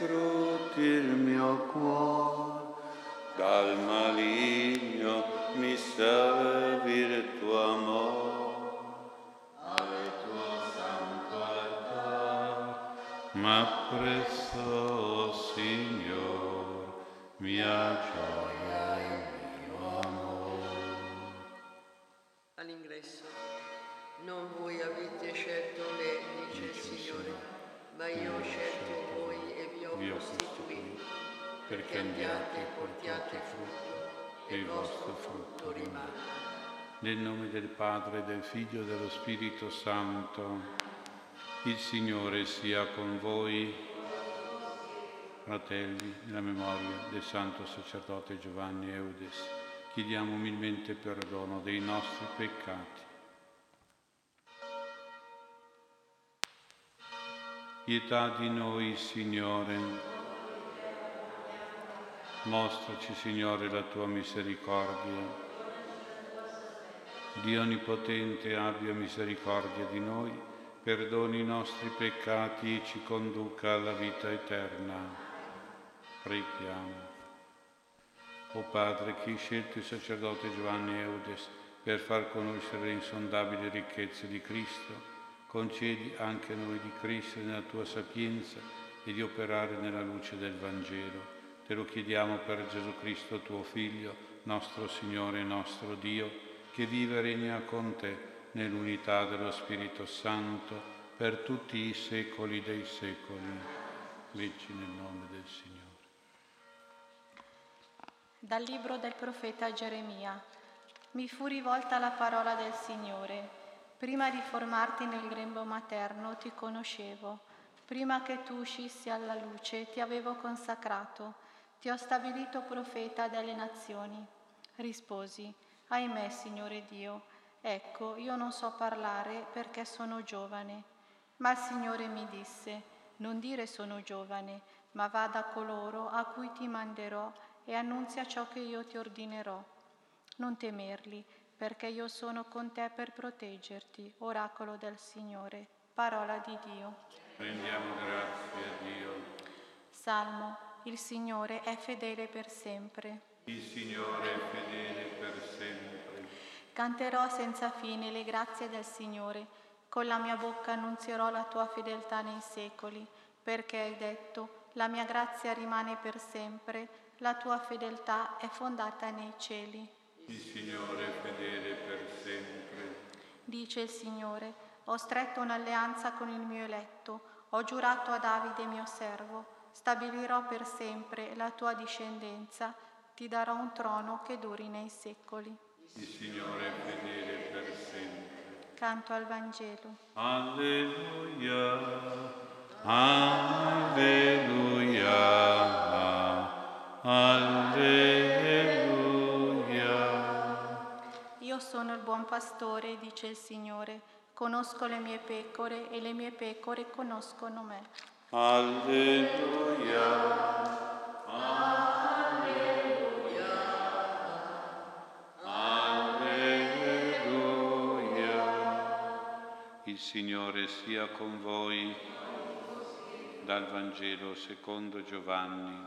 frutti il mio cuore. Dal maligno mi salvi il tuo amore, al tuo santo altare. Ma presso, Signor, mia gioia e mio amore. All'ingresso, non voi avete scelto me, dice il Signore, ma io ho scelto voi e vi ho costituito, perché andiate e portiate frutto, e il vostro frutto rimane. Nel nome del Padre, del Figlio e dello Spirito Santo, il Signore sia con voi. Fratelli, nella memoria del Santo Sacerdote Giovanni Eudes, chiediamo umilmente perdono dei nostri peccati. Pietà di noi, Signore. Mostraci, Signore, la tua misericordia. Dio Onnipotente abbia misericordia di noi, perdoni i nostri peccati e ci conduca alla vita eterna. Preghiamo. O Padre, che hai scelto il sacerdote Giovanni Eudes per far conoscere le insondabili ricchezze di Cristo, concedi anche a noi di crescere nella tua sapienza e di operare nella luce del Vangelo. Te lo chiediamo per Gesù Cristo, tuo Figlio, nostro Signore e nostro Dio, che vive e regna con te nell'unità dello Spirito Santo per tutti i secoli dei secoli. Leggi nel nome del Signore. Dal libro del profeta Geremia. Mi fu rivolta la parola del Signore. Prima di formarti nel grembo materno ti conoscevo. Prima che tu uscissi alla luce ti avevo consacrato. Ti ho stabilito profeta delle nazioni. Risposi: ahimè, Signore Dio, ecco, io non so parlare perché sono giovane. Ma il Signore mi disse: non dire sono giovane, ma va da coloro a cui ti manderò e annunzia ciò che io ti ordinerò. Non temerli, perché io sono con te per proteggerti, oracolo del Signore. Parola di Dio. Rendiamo grazie a Dio. Salmo. Il Signore è fedele per sempre. Il Signore è fedele per sempre. Canterò senza fine le grazie del Signore. Con la mia bocca annunzierò la tua fedeltà nei secoli, perché hai detto: la mia grazia rimane per sempre, la tua fedeltà è fondata nei cieli. Il Signore è fedele per sempre. Dice il Signore: ho stretto un'alleanza con il mio eletto, ho giurato a Davide mio servo, stabilirò per sempre la tua discendenza, ti darò un trono che duri nei secoli. Il Signore è fedele per sempre. Canto al Vangelo. Alleluia, alleluia, alleluia. Io sono il buon pastore, dice il Signore, conosco le mie pecore e le mie pecore conoscono me. Alleluia, alleluia, alleluia. Il Signore sia con voi. Dal Vangelo secondo Giovanni.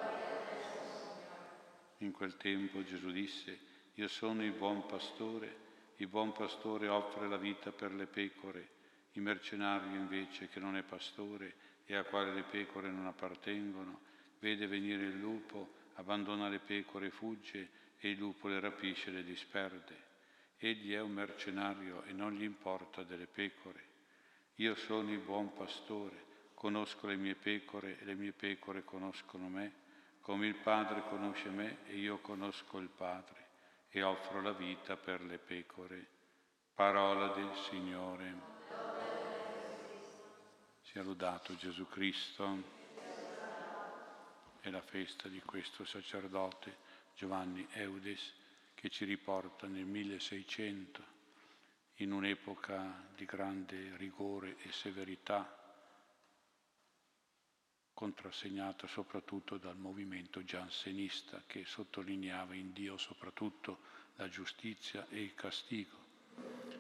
In quel tempo Gesù disse: io sono il buon pastore offre la vita per le pecore. Il mercenario invece, che non è pastore e a quale le pecore non appartengono, vede venire il lupo, abbandona le pecore e fugge, e il lupo le rapisce e le disperde. Egli è un mercenario e non gli importa delle pecore. Io sono il buon pastore, conosco le mie pecore e le mie pecore conoscono me, come il Padre conosce me e io conosco il Padre, e offro la vita per le pecore. Parola del Signore. Sia lodato Gesù Cristo. È la festa di questo sacerdote Giovanni Eudes, che ci riporta nel 1600, in un'epoca di grande rigore e severità, contrassegnata soprattutto dal movimento giansenista, che sottolineava in Dio soprattutto la giustizia e il castigo.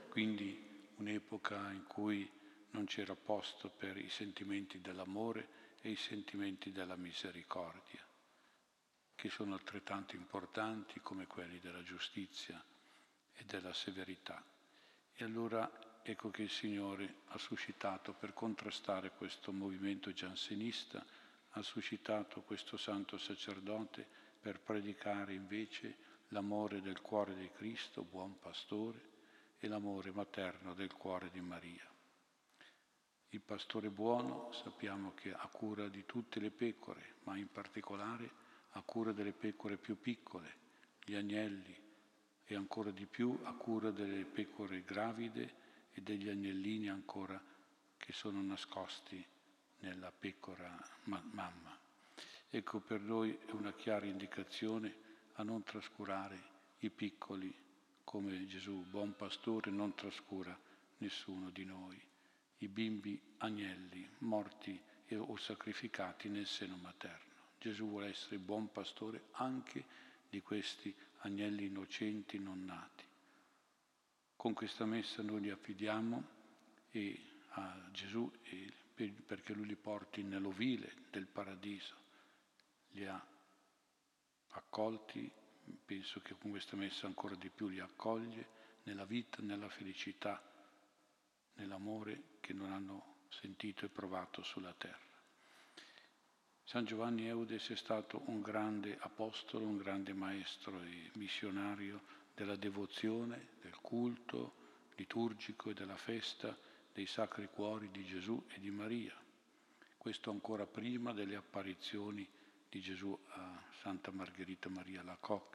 Quindi un'epoca in cui non c'era posto per i sentimenti dell'amore e i sentimenti della misericordia, che sono altrettanto importanti come quelli della giustizia e della severità. E allora ecco che il Signore ha suscitato, per contrastare questo movimento giansenista, ha suscitato questo santo sacerdote per predicare invece l'amore del cuore di Cristo, buon pastore, e l'amore materno del cuore di Maria. Il pastore buono sappiamo che ha cura di tutte le pecore, ma in particolare ha cura delle pecore più piccole, gli agnelli, e ancora di più a cura delle pecore gravide e degli agnellini ancora che sono nascosti nella pecora mamma. Ecco, per noi è una chiara indicazione a non trascurare i piccoli, come Gesù, buon pastore, non trascura nessuno di noi, i bimbi agnelli morti o sacrificati nel seno materno. Gesù vuole essere buon pastore anche di questi agnelli innocenti non nati. Con questa messa noi li affidiamo a Gesù perché Lui li porti nell'ovile del paradiso. Li ha accolti, penso che con questa messa ancora di più li accoglie nella vita, nella felicità, nell'amore che non hanno sentito e provato sulla terra. San Giovanni Eudes è stato un grande apostolo, un grande maestro e missionario della devozione, del culto liturgico e della festa dei Sacri Cuori di Gesù e di Maria. Questo ancora prima delle apparizioni di Gesù a Santa Margherita Maria Alacoque.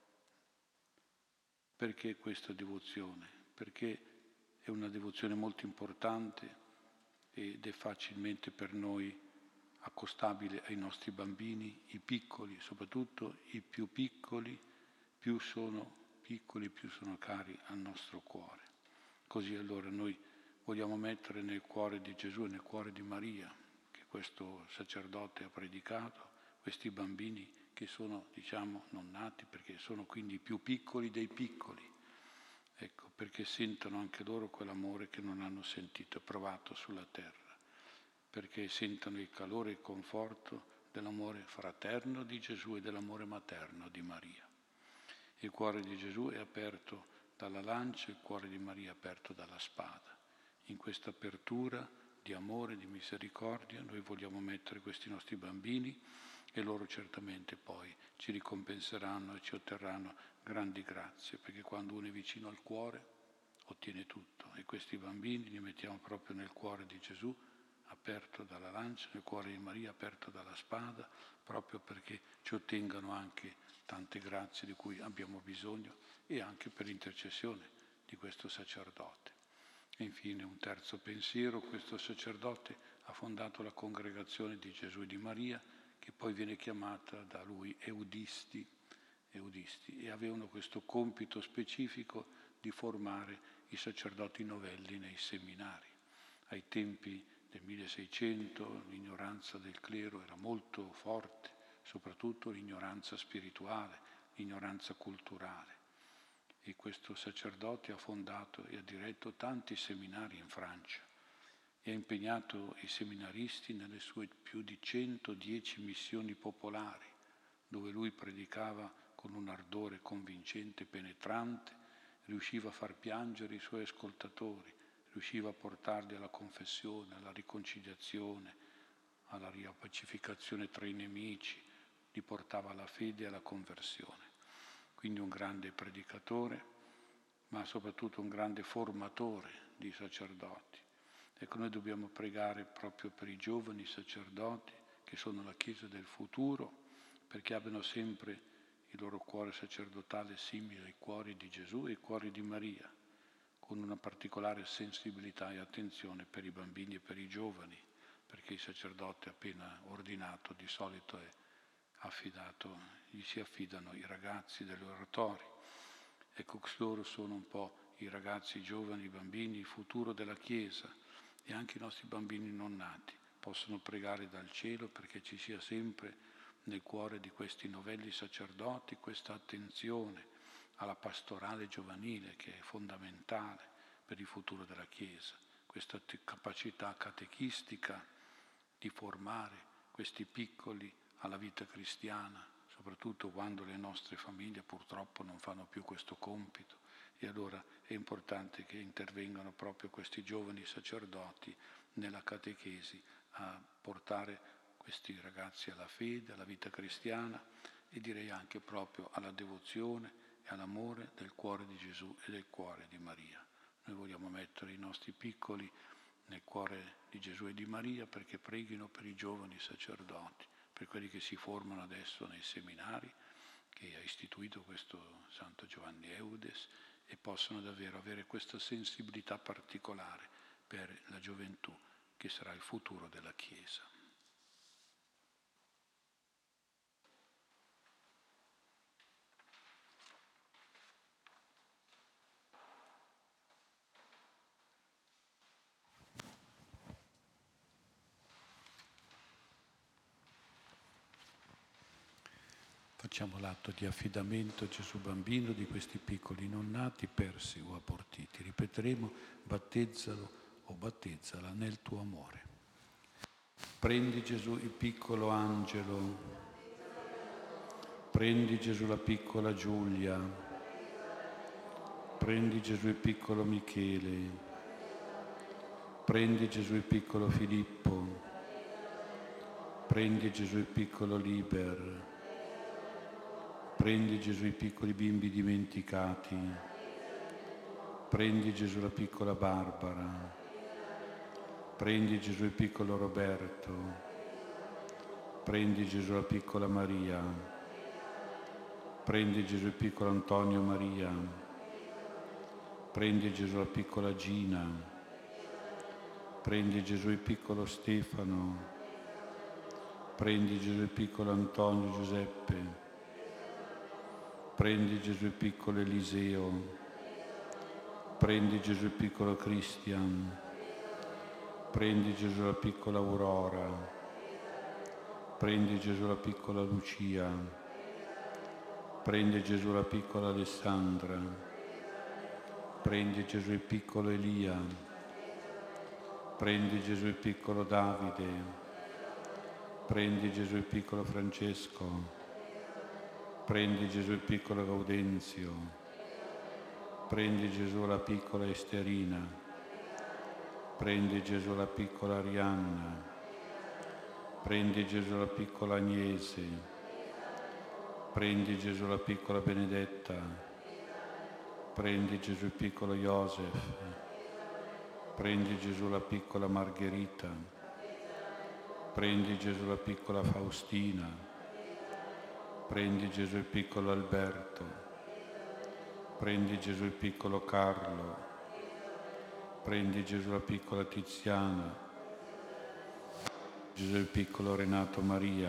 Perché questa devozione? Perché è una devozione molto importante ed è facilmente per noi accostabile ai nostri bambini, i piccoli, soprattutto i più piccoli, più sono piccoli, più sono cari al nostro cuore. Così allora noi vogliamo mettere nel cuore di Gesù e nel cuore di Maria, che questo sacerdote ha predicato, questi bambini che sono, non nati, perché sono quindi i più piccoli dei piccoli. Ecco, perché sentono anche loro quell'amore che non hanno sentito e provato sulla terra, perché sentono il calore e il conforto dell'amore fraterno di Gesù e dell'amore materno di Maria. Il cuore di Gesù è aperto dalla lancia, il cuore di Maria è aperto dalla spada. In questa apertura di amore, di misericordia, noi vogliamo mettere questi nostri bambini e loro certamente poi ci ricompenseranno e ci otterranno grandi grazie, perché quando uno è vicino al cuore ottiene tutto. E questi bambini li mettiamo proprio nel cuore di Gesù, aperto dalla lancia, nel cuore di Maria aperto dalla spada, proprio perché ci ottengano anche tante grazie di cui abbiamo bisogno e anche per l'intercessione di questo sacerdote. E infine un terzo pensiero: questo sacerdote ha fondato la congregazione di Gesù e di Maria, che poi viene chiamata da lui Eudisti, e avevano questo compito specifico di formare i sacerdoti novelli nei seminari. Ai tempi del 1600 l'ignoranza del clero era molto forte, soprattutto l'ignoranza spirituale, l'ignoranza culturale. E questo sacerdote ha fondato e ha diretto tanti seminari in Francia e ha impegnato i seminaristi nelle sue più di 110 missioni popolari, dove lui predicava con un ardore convincente e penetrante, riusciva a far piangere i suoi ascoltatori, riusciva a portarli alla confessione, alla riconciliazione, alla riappacificazione tra i nemici, li portava alla fede e alla conversione. Quindi un grande predicatore, ma soprattutto un grande formatore di sacerdoti. Ecco, noi dobbiamo pregare proprio per i giovani sacerdoti, che sono la Chiesa del futuro, perché abbiano sempre il loro cuore sacerdotale simile ai cuori di Gesù e ai cuori di Maria, con una particolare sensibilità e attenzione per i bambini e per i giovani, perché il sacerdote appena ordinato di solito è gli si affidano i ragazzi degli oratori. Ecco, loro sono un po' i ragazzi, i giovani, i bambini, il futuro della Chiesa, e anche i nostri bambini non nati possono pregare dal cielo perché ci sia sempre nel cuore di questi novelli sacerdoti questa attenzione alla pastorale giovanile, che è fondamentale per il futuro della Chiesa, questa capacità catechistica di formare questi piccoli alla vita cristiana, soprattutto quando le nostre famiglie purtroppo non fanno più questo compito. E allora è importante che intervengano proprio questi giovani sacerdoti nella catechesi a portare questi ragazzi alla fede, alla vita cristiana e direi anche proprio alla devozione e all'amore del cuore di Gesù e del cuore di Maria. Noi vogliamo mettere i nostri piccoli nel cuore di Gesù e di Maria perché preghino per i giovani sacerdoti, per quelli che si formano adesso nei seminari che ha istituito questo Santo Giovanni Eudes e possono davvero avere questa sensibilità particolare per la gioventù che sarà il futuro della Chiesa. Facciamo l'atto di affidamento a Gesù Bambino di questi piccoli non nati, persi o abortiti. Ripeteremo: battezzalo o battezzala nel tuo amore. Prendi Gesù il piccolo Angelo, prendi Gesù la piccola Giulia, prendi Gesù il piccolo Michele, prendi Gesù il piccolo Filippo, prendi Gesù il piccolo Liber, prendi Gesù i piccoli bimbi dimenticati, prendi Gesù la piccola Barbara, prendi Gesù il piccolo Roberto, prendi Gesù la piccola Maria, prendi Gesù il piccolo Antonio Maria, prendi Gesù la piccola Gina, prendi Gesù il piccolo Stefano, prendi Gesù il piccolo Antonio Giuseppe, prendi Gesù il piccolo Eliseo, prendi Gesù il piccolo Christian, prendi Gesù la piccola Aurora, prendi Gesù la piccola Lucia, prendi Gesù la piccola Alessandra, prendi Gesù il piccolo Elia, prendi Gesù il piccolo Davide, prendi Gesù il piccolo Francesco, prendi Gesù il piccolo Gaudenzio, prendi Gesù la piccola Esterina, prendi Gesù la piccola Arianna, prendi Gesù la piccola Agnese, prendi Gesù la piccola Benedetta, prendi Gesù il piccolo Joseph, prendi Gesù la piccola Margherita, prendi Gesù la piccola Faustina, prendi Gesù il piccolo Alberto, prendi Gesù il piccolo Carlo, prendi Gesù la piccola Tiziana, Gesù il piccolo Renato Maria,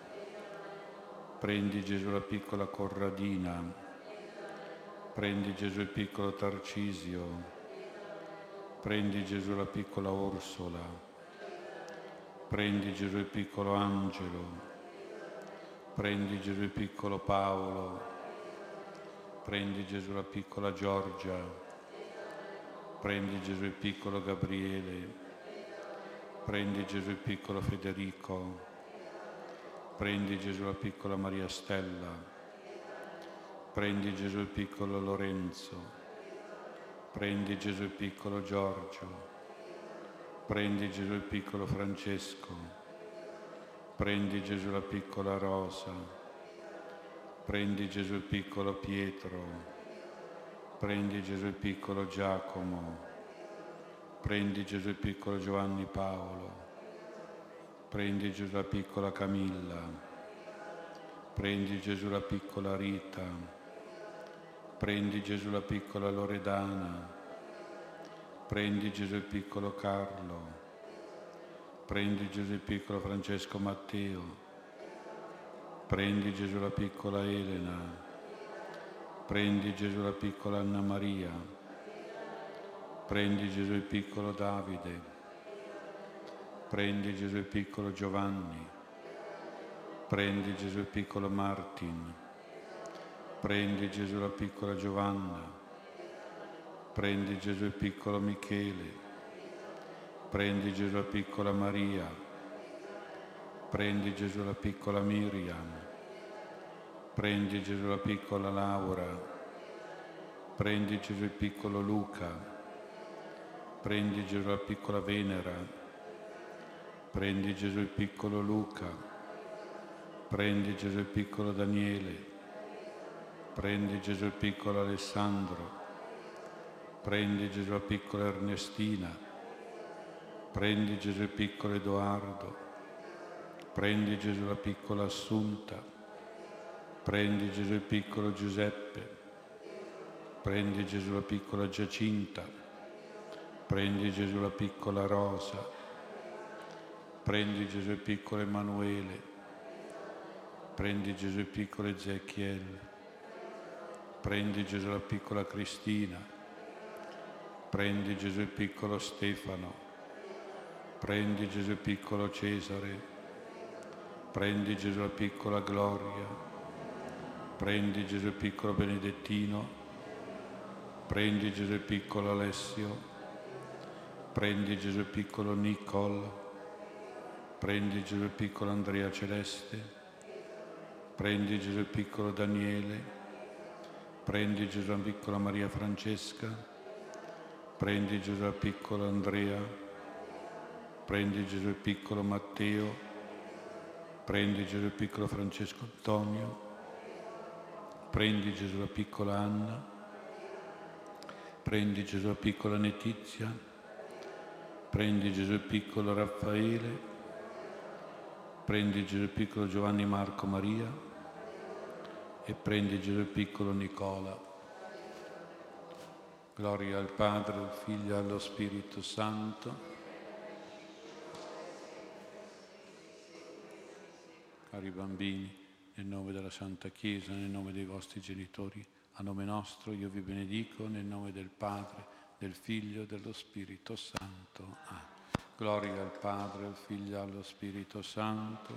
prendi Gesù la piccola Corradina, prendi Gesù il piccolo Tarcisio, prendi Gesù la piccola Orsola, prendi Gesù il piccolo Angelo, prendi Gesù il piccolo Paolo, prendi Gesù la piccola Giorgia, prendi Gesù il piccolo Gabriele, prendi Gesù il piccolo Federico, prendi Gesù la piccola Maria Stella, prendi Gesù il piccolo Lorenzo, prendi Gesù il piccolo Giorgio, prendi Gesù il piccolo Francesco, prendi Gesù la piccola Rosa, prendi Gesù il piccolo Pietro, prendi Gesù il piccolo Giacomo, prendi Gesù il piccolo Giovanni Paolo, prendi Gesù la piccola Camilla, prendi Gesù la piccola Rita, prendi Gesù la piccola Loredana, prendi Gesù il piccolo Carlo, prendi Gesù il piccolo Francesco Matteo, prendi Gesù la piccola Elena, prendi Gesù la piccola Anna Maria, prendi Gesù il piccolo Davide, prendi Gesù il piccolo Giovanni, prendi Gesù il piccolo Martin, prendi Gesù la piccola Giovanna, prendi Gesù il piccolo Michele, prendi Gesù la piccola Maria, Prendi Gesù la piccola Miriam, prendi Gesù la piccola Laura, prendi Gesù il piccolo Luca, prendi Gesù la piccola Venera, prendi Gesù il piccolo Luca, prendi Gesù il piccolo Daniele, prendi Gesù il piccolo Alessandro, prendi Gesù la piccola Ernestina, prendi Gesù il piccolo Edoardo, prendi Gesù la piccola Assunta, prendi Gesù il piccolo Giuseppe, prendi Gesù la piccola Giacinta, prendi Gesù la piccola Rosa, prendi Gesù il piccolo Emanuele, prendi Gesù il piccolo Ezechiel, prendi Gesù la piccola Cristina, prendi Gesù il piccolo Stefano, prendi Gesù il piccolo Cesare, prendi Gesù la piccola Gloria, prendi Gesù il piccolo Benedettino, prendi Gesù il piccolo Alessio, prendi Gesù il piccolo Nicol, prendi Gesù il piccolo Andrea Celeste, prendi Gesù il piccolo Daniele, prendi Gesù la piccola Maria Francesca, prendi Gesù la piccola Andrea, prendi Gesù il piccolo Matteo, prendi Gesù il piccolo Francesco Antonio, prendi Gesù la piccola Anna, prendi Gesù la piccola Letizia, prendi Gesù il piccolo Raffaele, prendi Gesù il piccolo Giovanni Marco Maria e prendi Gesù il piccolo Nicola. Gloria al Padre, al Figlio e allo Spirito Santo. Cari bambini, nel nome della Santa Chiesa, nel nome dei vostri genitori, a nome nostro io vi benedico nel nome del Padre, del Figlio e dello Spirito Santo. Gloria al Padre, al Figlio e allo Spirito Santo.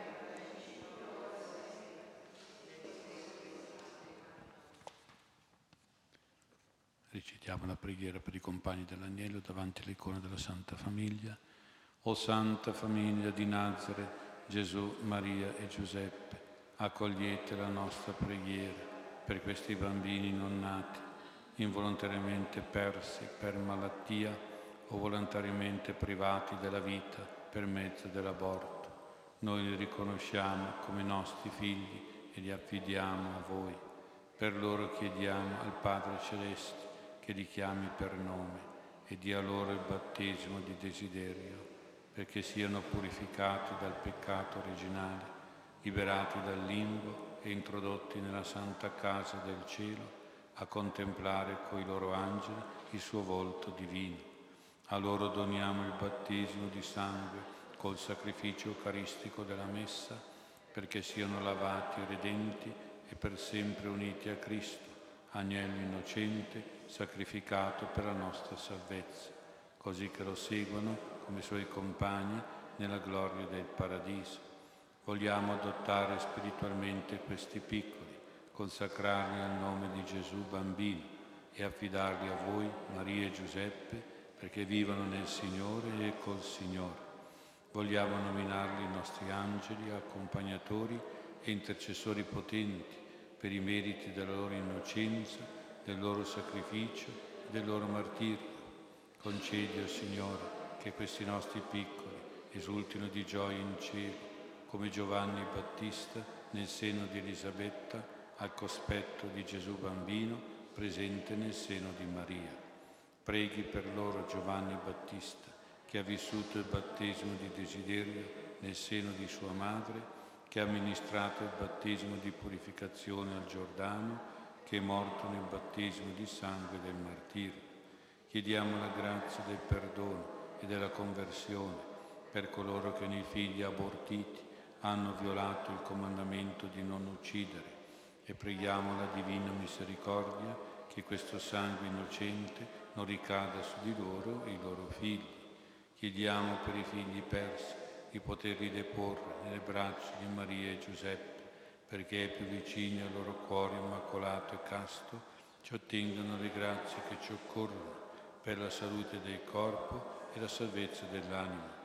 Recitiamo la preghiera per i compagni dell'Agnello davanti all'icona della Santa Famiglia. O Santa Famiglia di Nazareth, Gesù, Maria e Giuseppe, accogliete la nostra preghiera per questi bambini non nati, involontariamente persi per malattia o volontariamente privati della vita per mezzo dell'aborto. Noi li riconosciamo come nostri figli e li affidiamo a voi. Per loro chiediamo al Padre Celeste che li chiami per nome e dia loro il battesimo di desiderio, perché siano purificati dal peccato originale, liberati dal limbo e introdotti nella santa casa del cielo a contemplare coi loro angeli il suo volto divino. A loro doniamo il battesimo di sangue col sacrificio eucaristico della Messa, perché siano lavati e redenti e per sempre uniti a Cristo, agnello innocente, sacrificato per la nostra salvezza, così che lo seguano come suoi compagni nella gloria del paradiso. Vogliamo adottare spiritualmente questi piccoli, consacrarli al nome di Gesù bambino e affidarli a voi, Maria e Giuseppe, perché vivano nel Signore e col Signore. Vogliamo nominarli i nostri angeli, accompagnatori e intercessori potenti per i meriti della loro innocenza, del loro sacrificio e del loro martirio. Concedi, o Signore, che questi nostri piccoli esultino di gioia in cielo, come Giovanni Battista nel seno di Elisabetta al cospetto di Gesù bambino presente nel seno di Maria. Preghi per loro Giovanni Battista, che ha vissuto il battesimo di desiderio nel seno di sua madre, che ha amministrato il battesimo di purificazione al Giordano, che è morto nel battesimo di sangue del martirio. Chiediamo la grazia del perdono e della conversione per coloro che nei figli abortiti hanno violato il comandamento di non uccidere, e preghiamo la divina misericordia che questo sangue innocente non ricada su di loro e i loro figli. Chiediamo per i figli persi di poterli deporre nelle braccia di Maria e Giuseppe, perché più vicini al loro cuore immacolato e casto ci ottengano le grazie che ci occorrono per la salute del corpo e la salvezza dell'anima.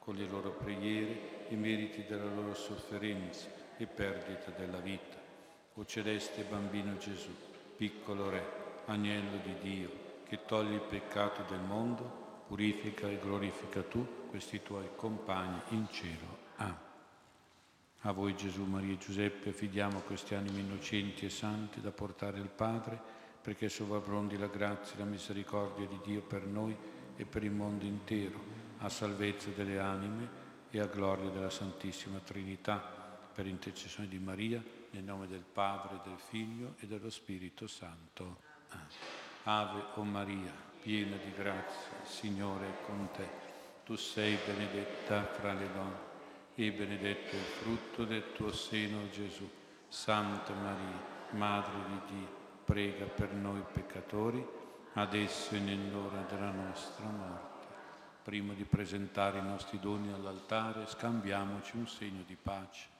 con le loro preghiere i meriti della loro sofferenza e perdita della vita. O celeste Bambino Gesù, piccolo Re, Agnello di Dio, che togli il peccato del mondo, purifica e glorifica tu questi tuoi compagni in cielo. Amen. A voi Gesù, Maria e Giuseppe affidiamo questi animi innocenti e santi da portare al Padre, perché sovrabbrondi la grazia e la misericordia di Dio per noi e per il mondo intero, a salvezza delle anime e a gloria della Santissima Trinità, per intercessione di Maria, nel nome del Padre, del Figlio e dello Spirito Santo. Ave o Maria, piena di grazia, il Signore è con te. Tu sei benedetta fra le donne e benedetto il frutto del tuo seno, Gesù. Santa Maria, Madre di Dio, prega per noi peccatori, adesso e nell'ora della nostra morte. Prima di presentare i nostri doni all'altare, scambiamoci un segno di pace.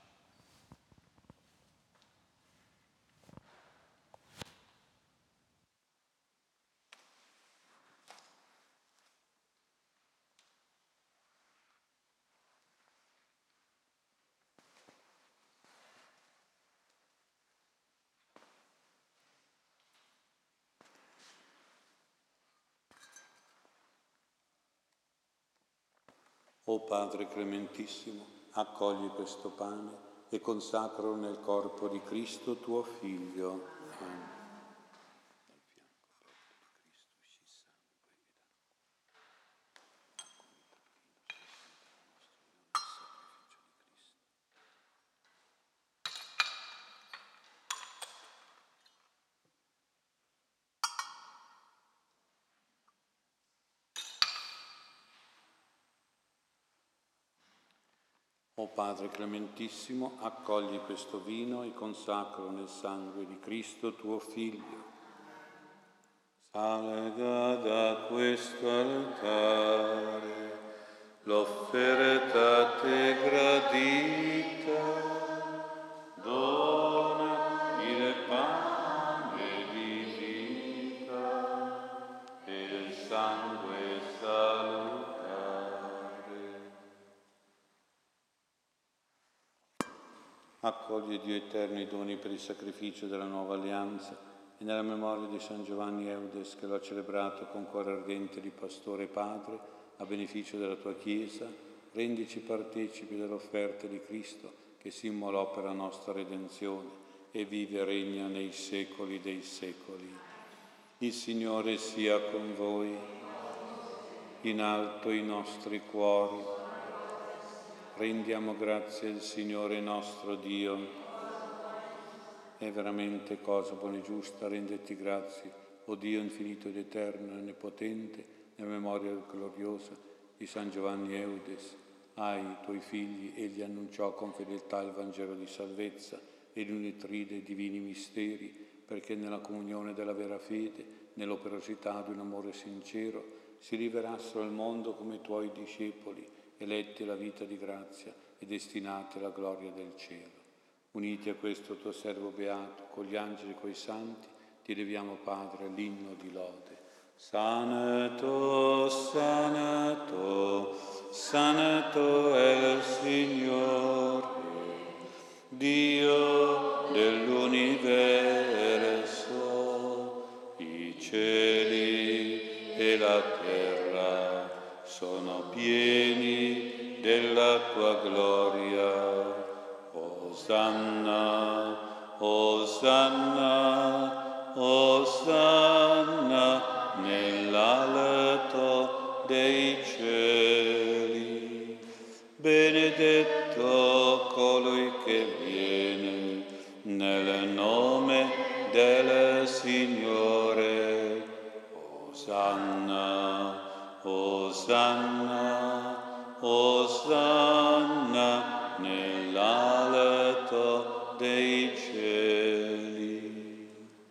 O Padre clementissimo, accogli questo pane e consacralo nel corpo di Cristo tuo Figlio. Amen. O Padre clementissimo, accogli questo vino e consacralo nel sangue di Cristo tuo Figlio. Salga da questo altare l'offerta a te gradita, dona il pane di vita e il sangue salutare. Accoglie, Dio eterno, i doni per il sacrificio della nuova alleanza e nella memoria di San Giovanni Eudes, che lo ha celebrato con cuore ardente di pastore e padre, a beneficio della tua Chiesa, rendici partecipi dell'offerta di Cristo, che si immolò per la nostra redenzione e vive e regna nei secoli dei secoli. Il Signore sia con voi, in alto i nostri cuori. Rendiamo grazie al Signore nostro Dio. È veramente cosa buona e giusta renderti grazie, o Dio infinito ed eterno e onnipotente, nella memoria gloriosa di San Giovanni Eudes. Ai tuoi figli egli annunciò con fedeltà il Vangelo di salvezza e li unitri dei divini misteri, perché nella comunione della vera fede, nell'operosità di un amore sincero, si rivelassero al mondo come tuoi discepoli, eletti alla vita di grazia e destinati alla gloria del cielo. Uniti a questo tuo servo beato, con gli angeli e coi santi, ti leviamo, Padre, l'inno di lode. Santo, santo, santo è il Signore, Dio dell'universo. I cieli e la terra sono pieni della tua gloria. Osanna, Osanna, Osanna nell'alto dei cieli. Benedetto colui che viene nel nome del Signore. Osanna, Osanna, Osanna nell'alto dei cieli.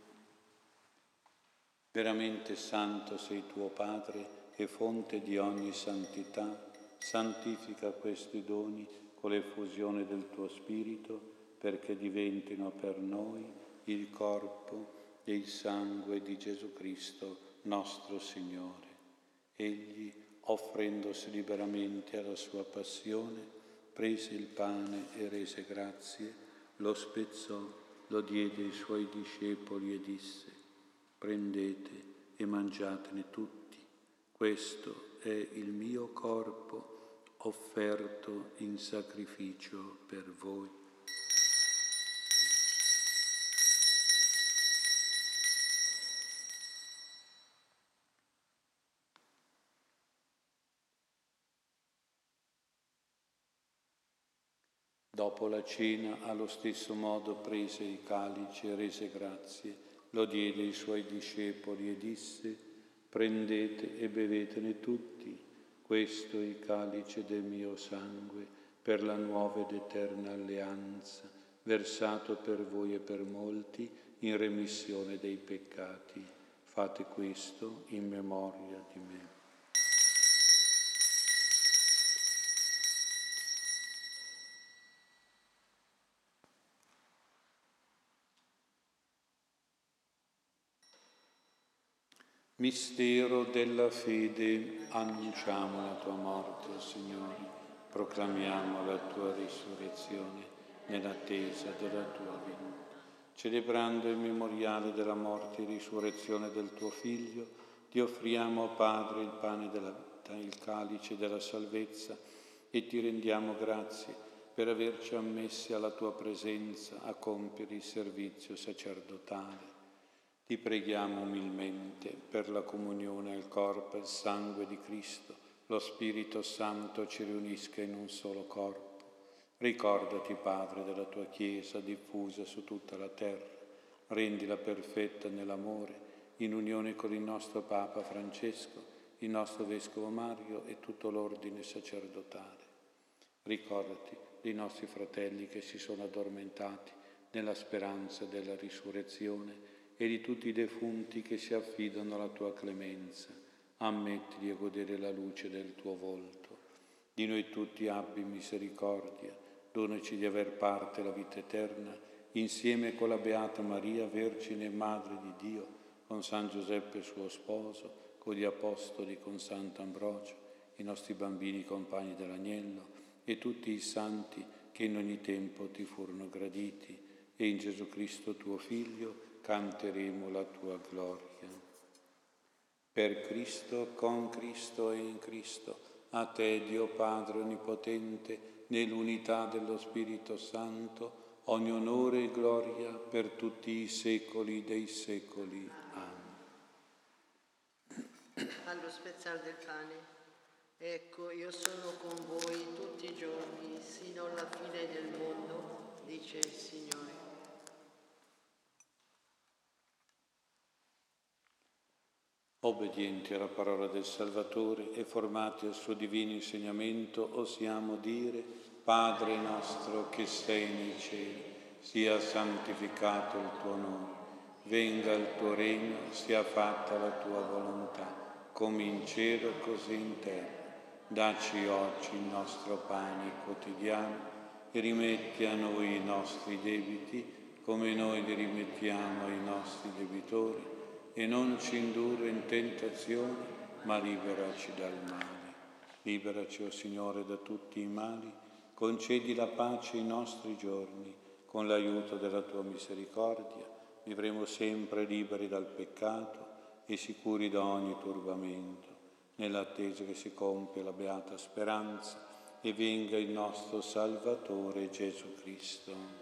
Veramente santo sei tuo Padre e fonte di ogni santità. Santifica questi doni con l'effusione del tuo Spirito, perché diventino per noi il corpo e il sangue di Gesù Cristo, nostro Signore. Egli offrendosi liberamente alla sua passione, prese il pane e rese grazie, lo spezzò, lo diede ai suoi discepoli e disse: prendete e mangiatene tutti, questo è il mio corpo offerto in sacrificio per voi. Dopo la cena, allo stesso modo prese il calice e rese grazie, lo diede ai suoi discepoli e disse: prendete e bevetene tutti, questo è il calice del mio sangue, per la nuova ed eterna alleanza, versato per voi e per molti in remissione dei peccati. Fate questo in memoria di me. Mistero della fede, annunciamo la tua morte, Signore, proclamiamo la tua risurrezione nell'attesa della tua venuta. Celebrando il memoriale della morte e risurrezione del tuo Figlio, ti offriamo, Padre, il pane della vita, il calice della salvezza e ti rendiamo grazie per averci ammessi alla tua presenza a compiere il servizio sacerdotale. Ti preghiamo umilmente per la comunione al corpo e al sangue di Cristo, lo Spirito Santo ci riunisca in un solo corpo. Ricordati, Padre, della tua Chiesa diffusa su tutta la terra, rendila perfetta nell'amore, in unione con il nostro Papa Francesco, il nostro Vescovo Mario e tutto l'ordine sacerdotale. Ricordati dei nostri fratelli che si sono addormentati nella speranza della risurrezione e di tutti i defunti che si affidano alla tua clemenza. Ammettili a godere la luce del tuo volto. Di noi tutti abbi misericordia, donaci di aver parte la vita eterna, insieme con la Beata Maria, Vergine e Madre di Dio, con San Giuseppe suo sposo, con gli Apostoli, con Sant'Ambrogio, i nostri bambini compagni dell'Agnello e tutti i santi che in ogni tempo ti furono graditi, e in Gesù Cristo tuo Figlio canteremo la tua gloria. Per Cristo, con Cristo e in Cristo, a te, Dio Padre Onnipotente, nell'unità dello Spirito Santo, ogni onore e gloria per tutti i secoli dei secoli. Amen. Allo spezzare del pane, ecco, io sono con voi tutti i giorni, sino alla fine del mondo, dice il Signore. Obbedienti alla parola del Salvatore e formati al suo divino insegnamento, osiamo dire: Padre nostro che sei nei cieli, sia santificato il tuo nome, venga il tuo regno, sia fatta la tua volontà, come in cielo così in terra. Dacci oggi il nostro pane quotidiano e rimetti a noi i nostri debiti, come noi li rimettiamo ai nostri debitori, e non ci indurre in tentazione, ma liberaci dal male. Liberaci, o Signore, da tutti i mali, concedi la pace ai nostri giorni, con l'aiuto della tua misericordia, vivremo sempre liberi dal peccato e sicuri da ogni turbamento, nell'attesa che si compia la beata speranza e venga il nostro Salvatore Gesù Cristo.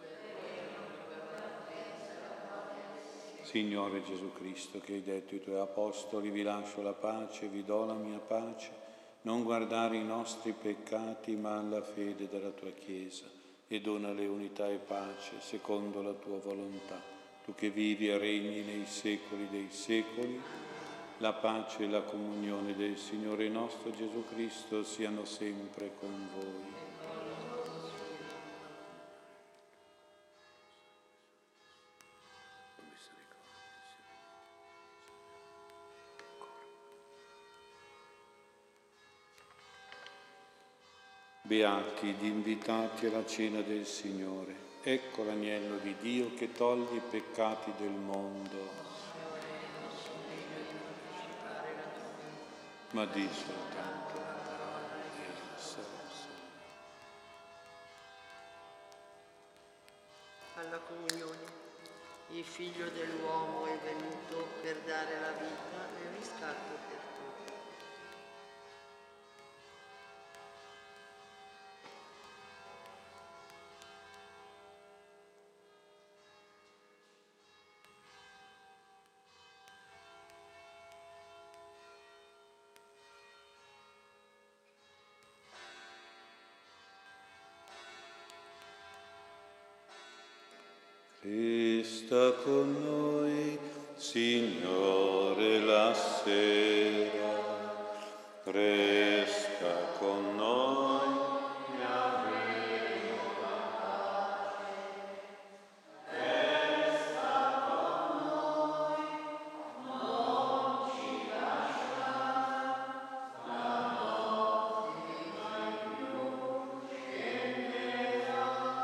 Signore Gesù Cristo, che hai detto ai tuoi apostoli: vi lascio la pace, vi do la mia pace, non guardare i nostri peccati, ma alla fede della tua Chiesa, e donale unità e pace secondo la tua volontà. Tu che vivi e regni nei secoli dei secoli, la pace e la comunione del Signore nostro Gesù Cristo siano sempre con voi. Beati gli invitati alla cena del Signore. Ecco l'agnello di Dio che toglie i peccati del mondo. Ma di soltanto alla comunione. Il Figlio dell'uomo è venuto per dare la vita e il riscatto per tutti. Sta con noi, Signore, la sera, resta con noi, e avremo la pace. Resta con noi, non ci lasciare, la notte mai più scenderà.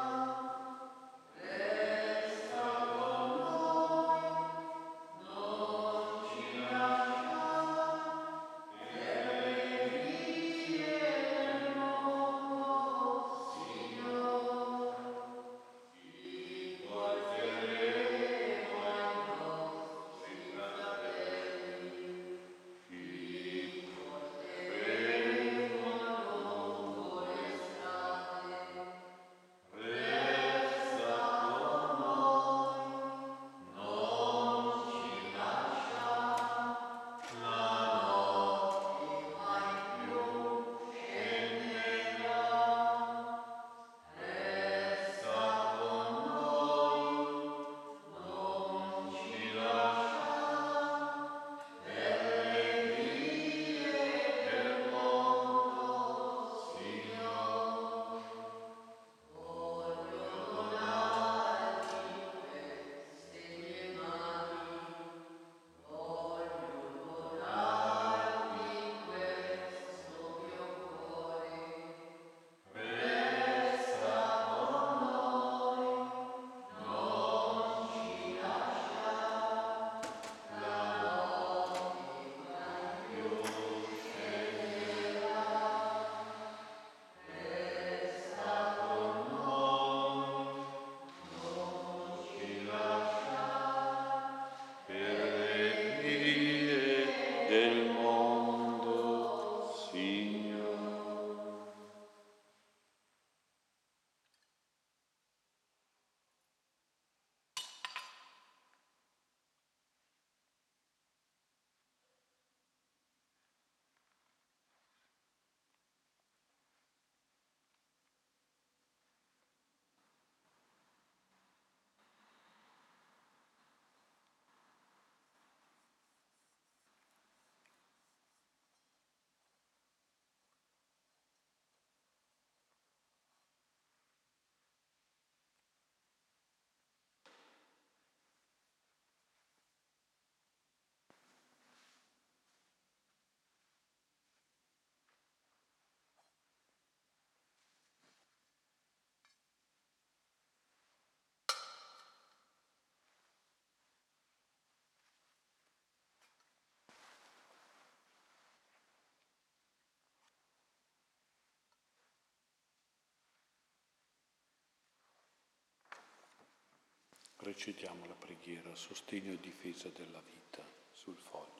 Recitiamo la preghiera a sostegno e difesa della vita sul foglio.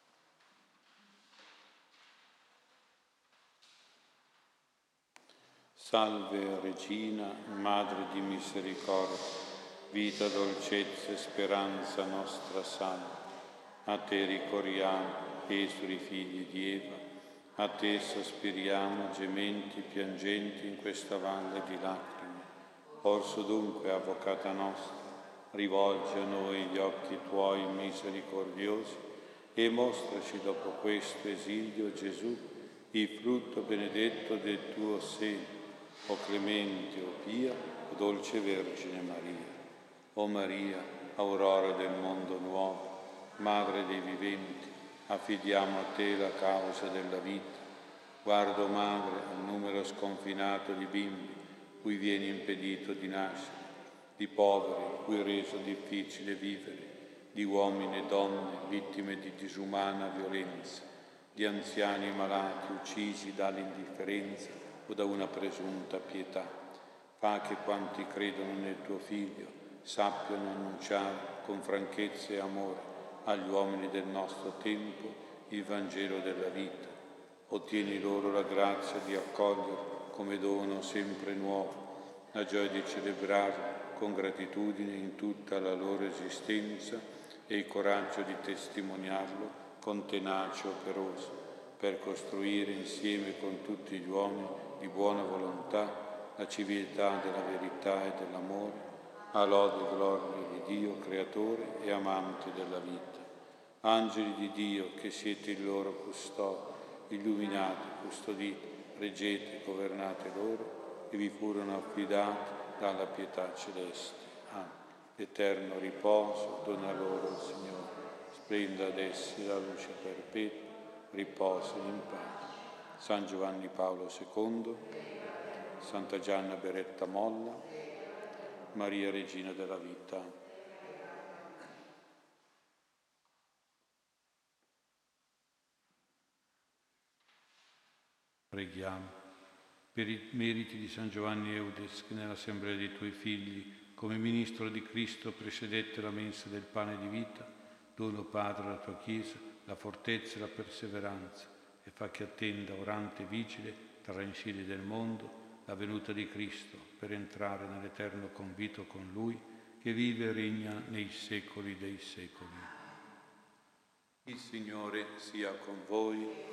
Salve Regina, Madre di misericordia, vita, dolcezza e speranza nostra salve. A te ricorriamo, esuli figli di Eva, a te sospiriamo, gementi, piangenti in questa valle di lacrime. Orso dunque, avvocata nostra, rivolgi a noi gli occhi tuoi misericordiosi e mostraci dopo questo esilio, Gesù, il frutto benedetto del tuo seno. O clemente, o pia, o dolce Vergine Maria. O Maria, aurora del mondo nuovo, Madre dei viventi, affidiamo a te la causa della vita. Guarda, o Madre, al numero sconfinato di bimbi cui viene impedito di nascere, di poveri cui è reso difficile vivere, di uomini e donne vittime di disumana violenza, di anziani malati uccisi dall'indifferenza o da una presunta pietà. Fa che quanti credono nel tuo Figlio sappiano annunciare con franchezza e amore agli uomini del nostro tempo il Vangelo della vita. Ottieni loro la grazia di accoglierlo come dono sempre nuovo, la gioia di celebrarlo con gratitudine in tutta la loro esistenza e il coraggio di testimoniarlo con tenacia operosa, per costruire insieme con tutti gli uomini di buona volontà la civiltà della verità e dell'amore, a lode e gloria di Dio, creatore e amante della vita. Angeli di Dio, che siete il loro custode, illuminate, custodite, reggete, governate loro, e vi furono affidati dalla pietà celeste. Amen. L'eterno riposo dona loro il Signore, splenda ad essi la luce perpetua, riposino in pace. San Giovanni Paolo II, Santa Gianna Beretta Molla, Maria Regina della Vita. Preghiamo. Per i meriti di San Giovanni Eudes, che nell'assemblea dei tuoi figli, come ministro di Cristo, precedette la mensa del pane di vita, dono, Padre, alla tua Chiesa la fortezza e la perseveranza, e fa che attenda, orante e vigile, tra i cieli del mondo, la venuta di Cristo, per entrare nell'eterno convito con Lui, che vive e regna nei secoli dei secoli. Il Signore sia con voi.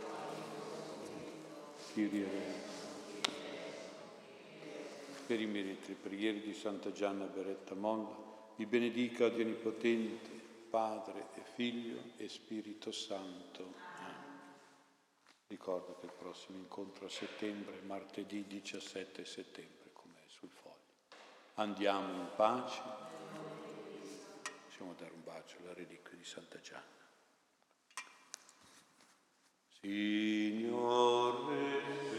Per i meriti e preghiere di Santa Gianna Beretta Molla, vi benedica Dio Onnipotente, Padre e Figlio e Spirito Santo. Ricordo che il prossimo incontro a settembre, martedì 17 settembre, come è sul foglio. Andiamo in pace. Possiamo dare un bacio alla reliquia di Santa Gianna. Signore